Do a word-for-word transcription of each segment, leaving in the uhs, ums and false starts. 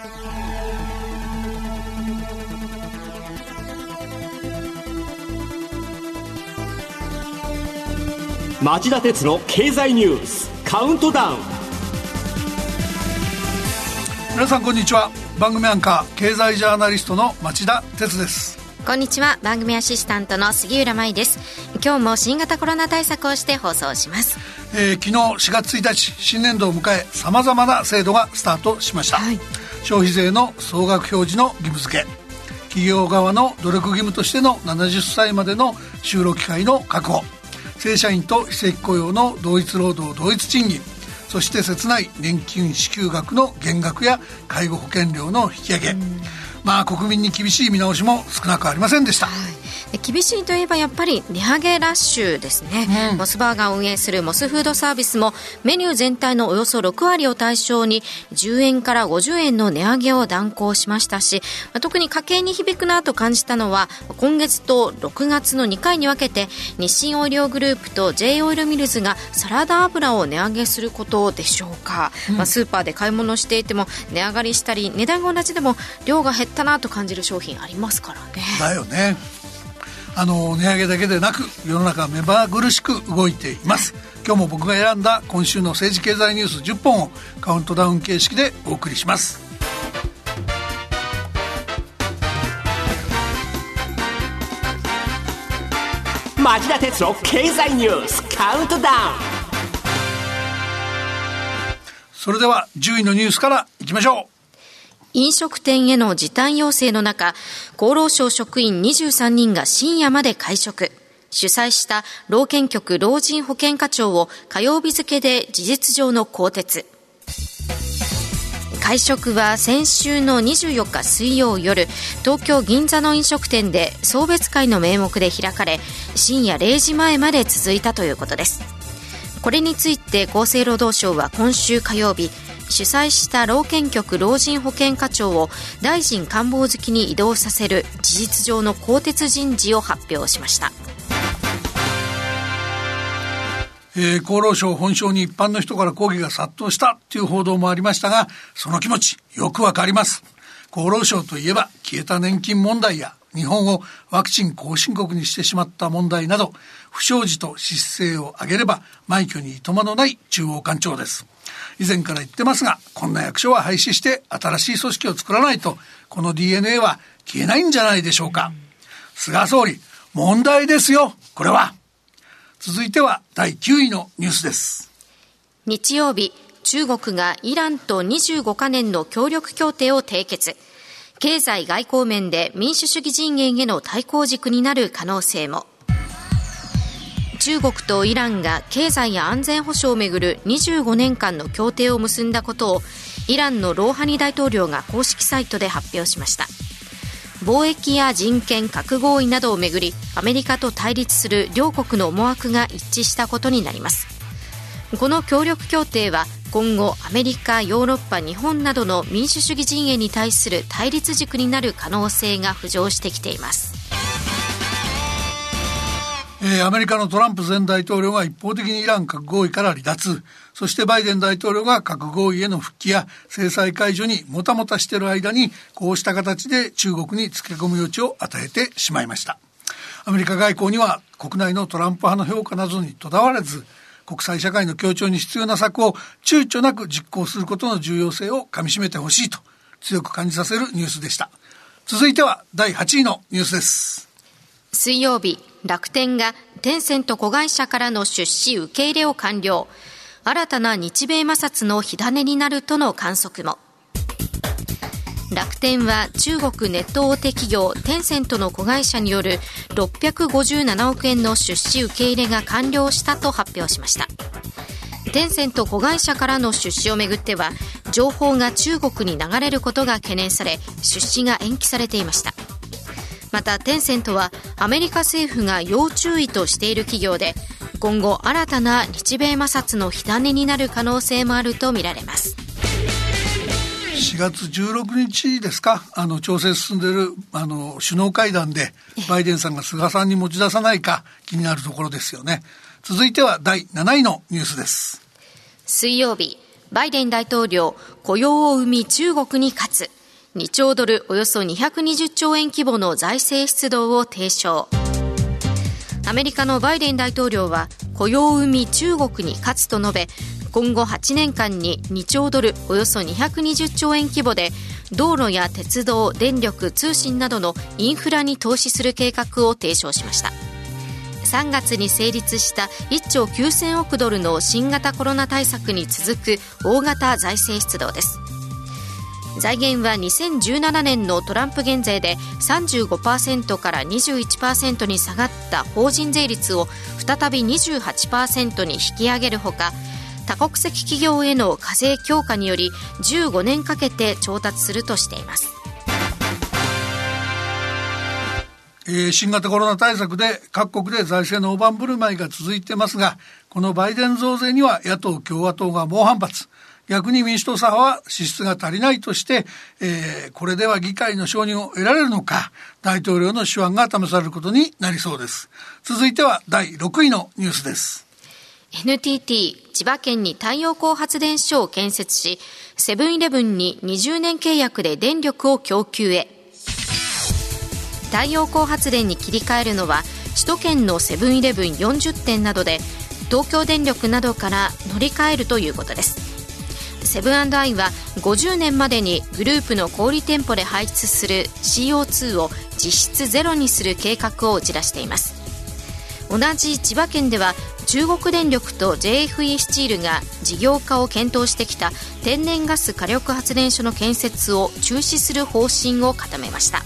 町田鉄の経済ニュースカウントダウン。 皆さんこんにちは。番組アンカー経済ジャーナリストの町田鉄です。 こんにちは。番組アシスタントの杉浦舞です。今日も新型コロナ対策をして放送します。 えー、昨日しがつついたち新年度を迎え、さまざまな制度がスタートしました、はい、消費税の総額表示の義務付け、企業側の努力義務としてのななじゅっさいまでの就労機会の確保、正社員と非正規雇用の同一労働同一賃金、そして切ない年金支給額の減額や介護保険料の引き上げ、まあ国民に厳しい見直しも少なくありませんでした、はい、 厳しいといえばやっぱり値上げラッシュですね、うん、モスバーガーを運営するモスフードサービスもメニュー全体のおよそろくわりを対象にじゅうえんからごじゅうえんの値上げを断行しましたし、特に家計に響くなと感じたのは今月とろくがつのにかいに分けて日清オイリオグループと J オイルミルズがサラダ油を値上げすることでしょうか、うんまあ、スーパーで買い物していても値上がりしたり値段が同じでも量が減ったなと感じる商品ありますからね。 だよね。あの値上げだけでなく世の中は目まぐるしく動いています。今日も僕が選んだ今週の政治経済ニュースじゅっぽんをカウントダウン形式でお送りします。 町田鉄の経済ニュースカウントダウン。 それではじゅういのニュースからいきましょう。 飲食店への時短要請の中、厚労省職員にじゅうさんにんが深夜まで会食。主催した老健局老人保健課長を火曜日付で事実上の更迭。会食は先週のにじゅうよっか水曜夜、東京銀座の飲食店で送別会の名目で開かれ、深夜れいじまえまで続いたということです。これについて厚生労働省は今週火曜日、主催した老健局老人保健課長を大臣官房付に異動させる事実上の更迭人事を発表しました。 えー、厚労省本省に一般の人から抗議が殺到したという報道もありましたが、その気持ちよくわかります。厚労省といえば消えた年金問題や日本をワクチン後進国にしてしまった問題など、不祥事と失政を挙げれば枚挙にいとまのない中央官庁です。以前から言ってますが、こんな役所は廃止して新しい組織を作らないとこの ディーエヌエー は消えないんじゃないでしょうか。菅総理、問題ですよこれは。続いてはだいきゅういのニュースです。 日曜日、中国がイランとにじゅうごかねんの協力協定を締結。経済外交面で民主主義陣営への対抗軸になる可能性も。中国とイランが経済や安全保障をめぐるにじゅうごねんかんの協定を結んだことをイランのローハニ大統領が公式サイトで発表しました。貿易や人権、核合意などをめぐりアメリカと対立する両国の思惑が一致したことになります。この協力協定は今後アメリカ、ヨーロッパ、日本などの民主主義陣営に対する対立軸になる可能性が浮上してきています。 えー、アメリカのトランプ前大統領が一方的にイラン核合意から離脱、そしてバイデン大統領が核合意への復帰や制裁解除にもたもたしている間に、こうした形で中国につけ込む余地を与えてしまいました。アメリカ外交には国内のトランプ派の評価などにとらわれず、国際社会の協調に必要な策を躊躇なく実行することの重要性をかみしめてほしいと強く感じさせるニュースでした。続いてはだいはちいのニュースです。 水曜日、楽天がテンセント子会社からの出資受け入れを完了。新たな日米摩擦の火種になるとの観測も。楽天は中国ネット大手企業テンセントの子会社によるろっぴゃくごじゅうななおくえんの出資受け入れが完了したと発表しました。テンセント子会社からの出資をめぐっては、情報が中国に流れることが懸念され、出資が延期されていました。またテンセントはアメリカ政府が要注意としている企業で、今後新たな日米摩擦の火種になる可能性もあるとみられます。 しがつじゅうろくにちですか、あの調整進んでいるあの首脳会談でバイデンさんが菅さんに持ち出さないか気になるところですよね。続いてはだいなないのニュースです。 水曜日、 バイデン大統領、雇用を生み中国に勝つ、にちょうドルおよそにひゃくにじゅっちょうえん規模の財政出動を提唱。アメリカのバイデン大統領は雇用を生み中国に勝つと述べ、今後はちねんかんににちょうドルおよそにひゃくにじゅっちょうえん規模で道路や鉄道、電力、通信などのインフラに投資する計画を提唱しました。さんがつに成立したいっちょうきゅうせんおくドルの新型コロナ対策に続く大型財政出動です。財源はにせんじゅうななねんのトランプ減税で さんじゅうごパーセント から にじゅういちパーセント に下がった法人税率を再び にじゅうはちパーセント に引き上げるほか、多国籍企業への課税強化によりじゅうごねんかけて調達するとしています。 えー、新型コロナ対策で各国で財政の大盤振る舞いが続いてますが、このバイデン増税には野党共和党が猛反発。逆に民主党左派は支出が足りないとして、えー、これでは議会の承認を得られるのか、大統領の手腕が試されることになりそうです。続いてはだいろくいのニュースです。 エヌティーティー 千葉県に太陽光発電所を建設し、セブンイレブンににじゅうねん契約で電力を供給へ。太陽光発電に切り替えるのは首都圏のセブンイレブンよんじゅってんなどで、東京電力などから乗り換えるということです。セブン&アイはごじゅうねんまでにグループの小売店舗で排出する シーオーツー を実質ゼロにする計画を打ち出しています。同じ千葉県では中国電力と ジェイエフイー スチールが事業化を検討してきた天然ガス火力発電所の建設を中止する方針を固めました。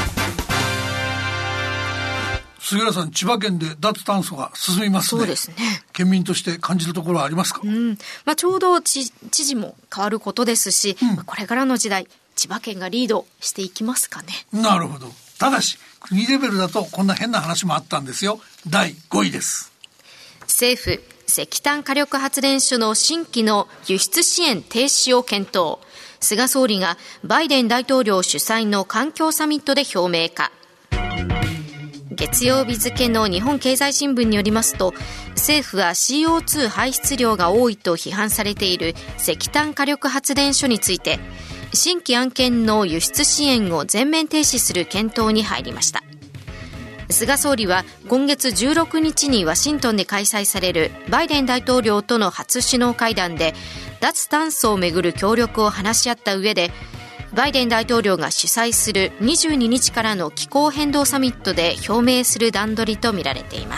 杉浦さん、千葉県で脱炭素が進みますね。 そうですね。 県民として感じるところはありますか？ うんまあ、ちょうど知事も変わることですし、うんまあ、これからの時代千葉県がリードしていきますかね。 なるほど。ただし国レベルだとこんな変な話もあったんですよ。だいごいです。 政府石炭火力発電所の新規の輸出支援停止を検討。菅総理がバイデン大統領主催の環境サミットで表明か。月曜日付の日本経済新聞によりますと、政府は シーオーツー 排出量が多いと批判されている石炭火力発電所について、新規案件の輸出支援を全面停止する検討に入りました。菅総理は今月じゅうろくにちにワシントンで開催されるバイデン大統領との初首脳会談で脱炭素をめぐる協力を話し合った上で、バイデン大統領が主催するにじゅうににちからの気候変動サミットで表明する段取りとみられています。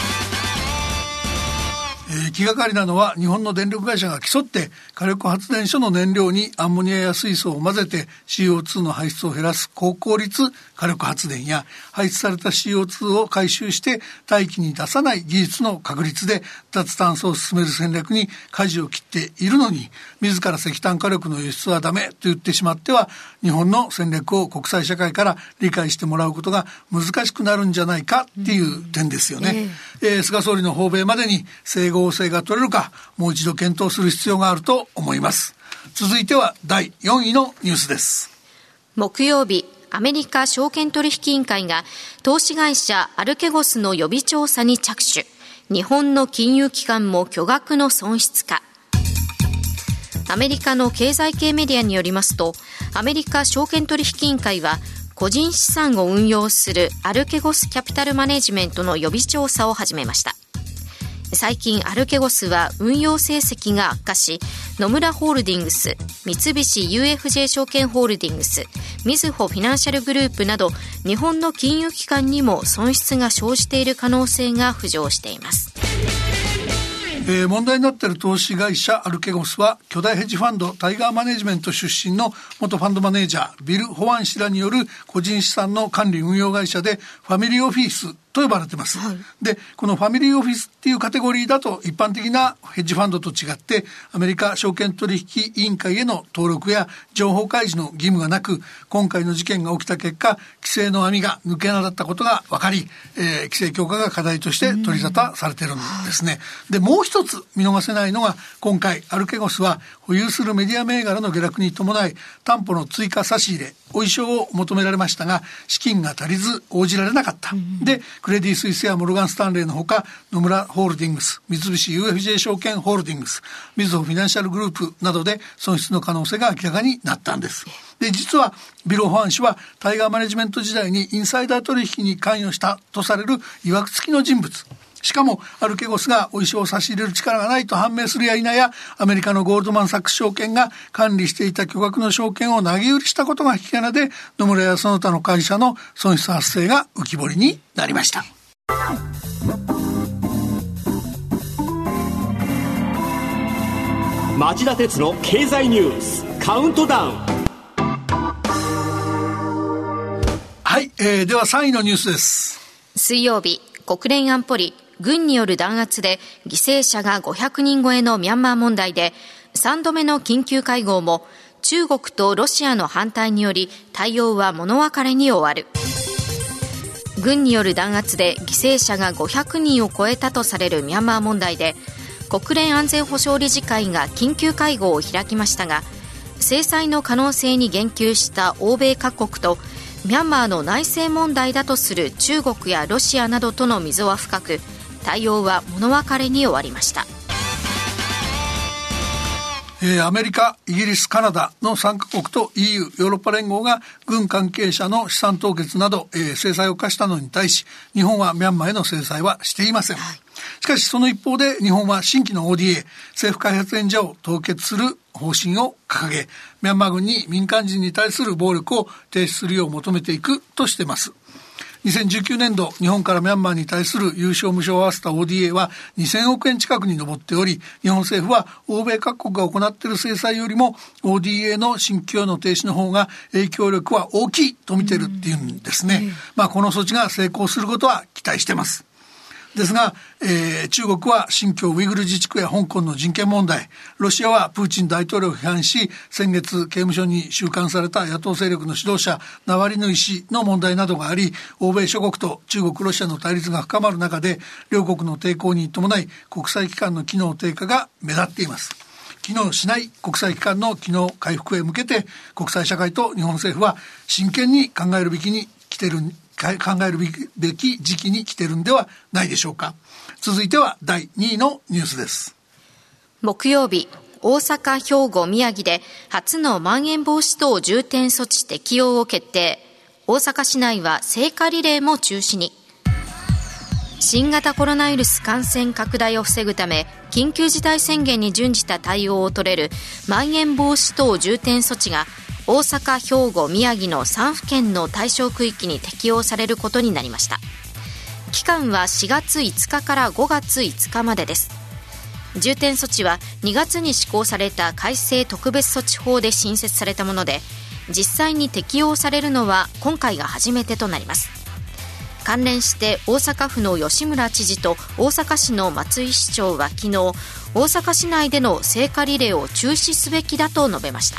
えー、気がかりなのは日本の電力会社が競って火力発電所の燃料にアンモニアや水素を混ぜて シーオーツー の排出を減らす高効率火力発電や、排出された シーオーツー を回収して大気に出さない技術の確立で脱炭素を進める戦略に舵を切っているのに、自ら石炭火力の輸出はダメと言ってしまっては日本の戦略を国際社会から理解してもらうことが難しくなるんじゃないかっていう点ですよね。えーえー、菅総理の訪米までに整合性が取れるか、もう一度検討する必要があると思います。続いてはだいよんいのニュースです。 木曜日、アメリカ証券取引委員会が投資会社アルケゴスの予備調査に着手。日本の金融機関も巨額の損失か。アメリカの経済系メディアによりますと、アメリカ証券取引委員会は個人資産を運用するアルケゴスキャピタルマネジメントの予備調査を始めました。最近アルケゴスは運用成績が悪化し、野村ホールディングス、三菱 ユーエフジェー 証券ホールディングス、みずほフィナンシャルグループなど日本の金融機関にも損失が生じている可能性が浮上しています。 えー、問題になっている投資会社アルケゴスは巨大ヘッジファンドタイガーマネジメント出身の元ファンドマネージャービル・ホワン氏らによる個人資産の管理運用会社でファミリーオフィスと呼ばれています、はい、でこのファミリーオフィスっていうカテゴリーだと一般的なヘッジファンドと違ってアメリカ証券取引委員会への登録や情報開示の義務がなく、今回の事件が起きた結果規制の網が抜けなかったことが分かり、えー、規制強化が課題として取り沙汰されているんですね。でもう一つ見逃せないのが、今回アルケゴスは保有するメディア銘柄の下落に伴い担保の追加差し入れお衣装を求められましたが、資金が足りず応じられなかった、うん、でクレディ・スイスやモルガン・スタンレーのほか野村ホールディングス、三菱 ユーエフジェー 証券ホールディングス、みずほフィナンシャルグループなどで損失の可能性が明らかになったんです。で実はビル・ホアン氏はタイガーマネジメント時代にインサイダー取引に関与したとされる曰く付きの人物、しかもアルケゴスがお衣装を差し入れる力がないと判明するや否や、アメリカのゴールドマンサックス証券が管理していた巨額の証券を投げ売りしたことが引き金で、野村やその他の会社の損失発生が浮き彫りになりました。 町田鉄の経済ニュースカウントダウン。 はい、えー、ではさんいのニュースです。 水曜日、国連安保理、軍による弾圧で犠牲者がごひゃくにん超えのミャンマー問題でさんどめの緊急会合も中国とロシアの反対により対応は物別れに終わる。軍による弾圧で犠牲者がごひゃくにんを超えたとされるミャンマー問題で国連安全保障理事会が緊急会合を開きましたが、制裁の可能性に言及した欧米各国とミャンマーの内政問題だとする中国やロシアなどとの溝は深く、対応は物別れに終わりました。 えー、アメリカ、イギリス、カナダのさんカ国と イーユー ヨーロッパ連合が軍関係者の資産凍結など、えー、制裁を課したのに対し、日本はミャンマーへの制裁はしていません。はい、しかしその一方で日本は新規の オーディーエー 政府開発援助を凍結する方針を掲げ、ミャンマー軍に民間人に対する暴力を停止するよう求めていくとしています。にせんじゅうきゅうねんど、日本からミャンマーに対する有償無償を合わせた オーディーエー はにせんおくえん近くに上っており、日本政府は欧米各国が行っている制裁よりも オーディーエー の新規供与の停止の方が影響力は大きいと見ているっていうんですね。うん、まあこの措置が成功することは期待しています。ですが、えー、中国は新疆ウイグル自治区や香港の人権問題、ロシアはプーチン大統領を批判し先月刑務所に収監された野党勢力の指導者ナワリヌイ氏の問題などがあり、欧米諸国と中国ロシアの対立が深まる中で両国の抵抗に伴い国際機関の機能低下が目立っています。機能しない国際機関の機能回復へ向けて国際社会と日本政府は真剣に考えるべきに来ている考えるべき時期に来てるんではないでしょうか。続いてはだいにいのニュースです。 木曜日、大阪、兵庫、宮城で初のまん延防止等重点措置適用を決定。大阪市内は聖火リレーも中止に。新型コロナウイルス感染拡大を防ぐため緊急事態宣言に準じた対応を取れるまん延防止等重点措置が大阪、兵庫、宮城のさんふけんの対象区域に適用されることになりました。期間はしがついつかからごがついつかまでです。重点措置はにがつに施行された改正特別措置法で新設されたもので、実際に適用されるのは今回が初めてとなります。関連して大阪府の吉村知事と大阪市の松井市長は昨日、大阪市内での聖火リレーを中止すべきだと述べました。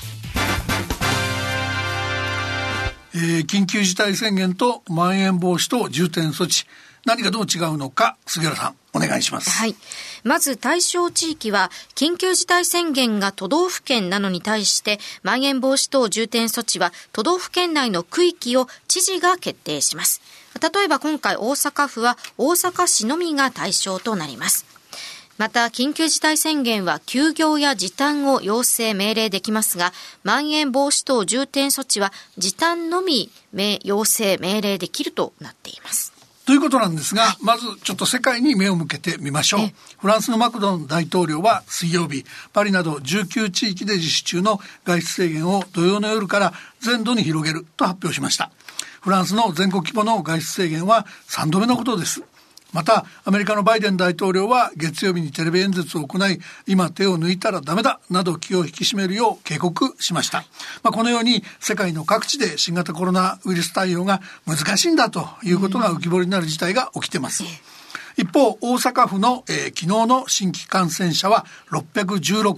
えー、緊急事態宣言とまん延防止等重点措置、何がどう違うのか杉原さんお願いします。 はい、まず対象地域は緊急事態宣言が都道府県なのに対してまん延防止等重点措置は都道府県内の区域を知事が決定します。例えば今回大阪府は大阪市のみが対象となります。また緊急事態宣言は休業や時短を要請命令できますが、まん延防止等重点措置は時短のみ要請命令できるとなっています。 ということなんですが、まずちょっと世界に目を向けてみましょう。フランスのマクロン大統領は水曜日、パリなどじゅうきゅう地域で実施中の外出制限を土曜の夜から全土に広げると発表しました。フランスの全国規模の外出制限はさんどめのことです。またアメリカのバイデン大統領は月曜日にテレビ演説を行い、今手を抜いたらダメだなど気を引き締めるよう警告しました。まあ、このように世界の各地で新型コロナウイルス対応が難しいんだということが浮き彫りになる事態が起きています。一方大阪府の、えー、昨日の新規感染者はろっぴゃくじゅうろくにん、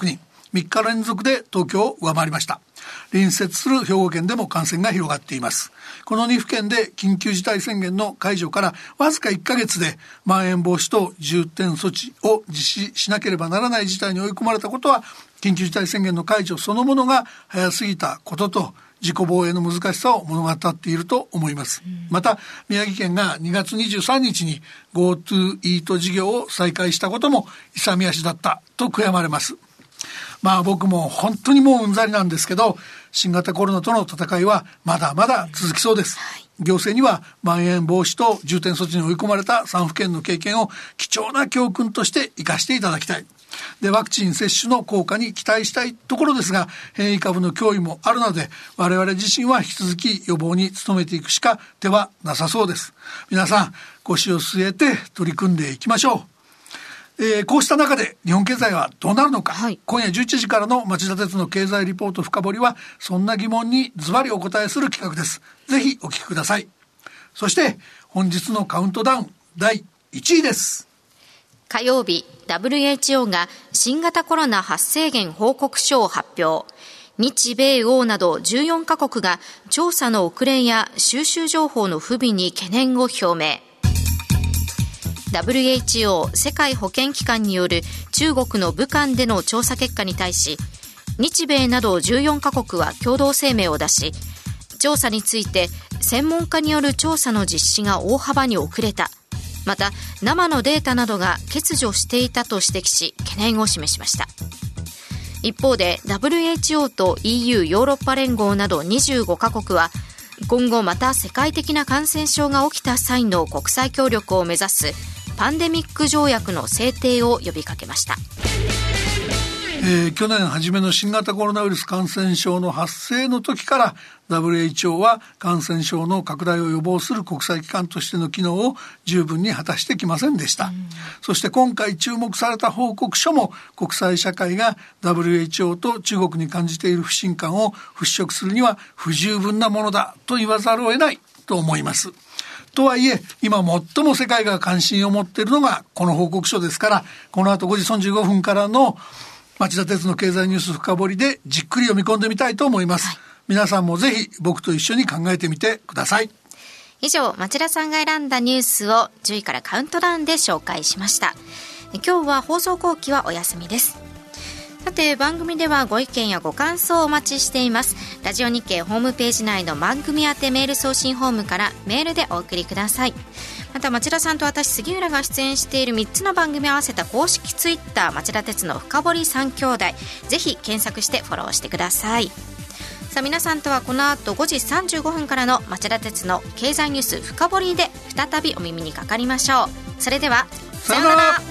みっか連続で東京を上回りました。隣接する兵庫県でも感染が広がっています。このに府県で緊急事態宣言の解除からわずかいっかげつでまん延防止等重点措置を実施しなければならない事態に追い込まれたことは、緊急事態宣言の解除そのものが早すぎたことと自己防衛の難しさを物語っていると思います。うん、また宮城県がにがつにじゅうさんにちに GoTo イート事業を再開したことも勇み足だったと悔やまれます。まあ僕も本当にもううんざりなんですけど、新型コロナとの戦いはまだまだ続きそうです。行政にはまん延防止と重点措置に追い込まれたさん府県の経験を貴重な教訓として生かしていただきたい。で、ワクチン接種の効果に期待したいところですが、変異株の脅威もあるので、我々自身は引き続き予防に努めていくしか手はなさそうです。皆さん腰を据えて取り組んでいきましょう。えー、こうした中で日本経済はどうなるのか、はい、今夜じゅういちじからの町田鉄の経済リポート深掘りはそんな疑問にズバリお答えする企画です。ぜひお聞きください。そして本日のカウントダウンだいいちいです。 火曜日 ダブリューエイチオー が新型コロナ発生源報告書を発表。日米欧などじゅうよんかこくが調査の遅れや収集情報の不備に懸念を表明。ダブリューエイチオー 世界保健機関による中国の武漢での調査結果に対し、日米などじゅうよんかこくは共同声明を出し、調査について専門家による調査の実施が大幅に遅れた、また生のデータなどが欠如していたと指摘し懸念を示しました。一方で ダブリューエイチオー と イーユー ヨーロッパ連合などにじゅうごかこくは今後また世界的な感染症が起きた際の国際協力を目指すパンデミック条約の制定を呼びかけました。 えー、去年初めの新型コロナウイルス感染症の発生の時から ダブリューエイチオー は感染症の拡大を予防する国際機関としての機能を十分に果たしてきませんでした。うん、そして今回注目された報告書も国際社会が ダブリューエイチオー と中国に感じている不信感を払拭するには不十分なものだと言わざるを得ないと思います。とはいえ今最も世界が関心を持っているのがこの報告書ですから、この後ごじさんじゅうごふんからの町田鉄の経済ニュース深掘りでじっくり読み込んでみたいと思います。はい、皆さんもぜひ僕と一緒に考えてみてください。 以上、町田さんが選んだニュースをじゅういからカウントダウンで紹介しました。今日は放送後期はお休みです。さて、番組ではご意見やご感想をお待ちしています。ラジオ日経ホームページ内の番組宛てメール送信フォームからメールでお送りください。また町田さんと私杉浦が出演しているみっつの番組を合わせた公式ツイッター町田鉄の深掘り三兄弟、ぜひ検索してフォローしてください。さあ皆さんとはこの後ごじさんじゅうごふんからの町田鉄の経済ニュース深掘りで再びお耳にかかりましょう。それではさようなら。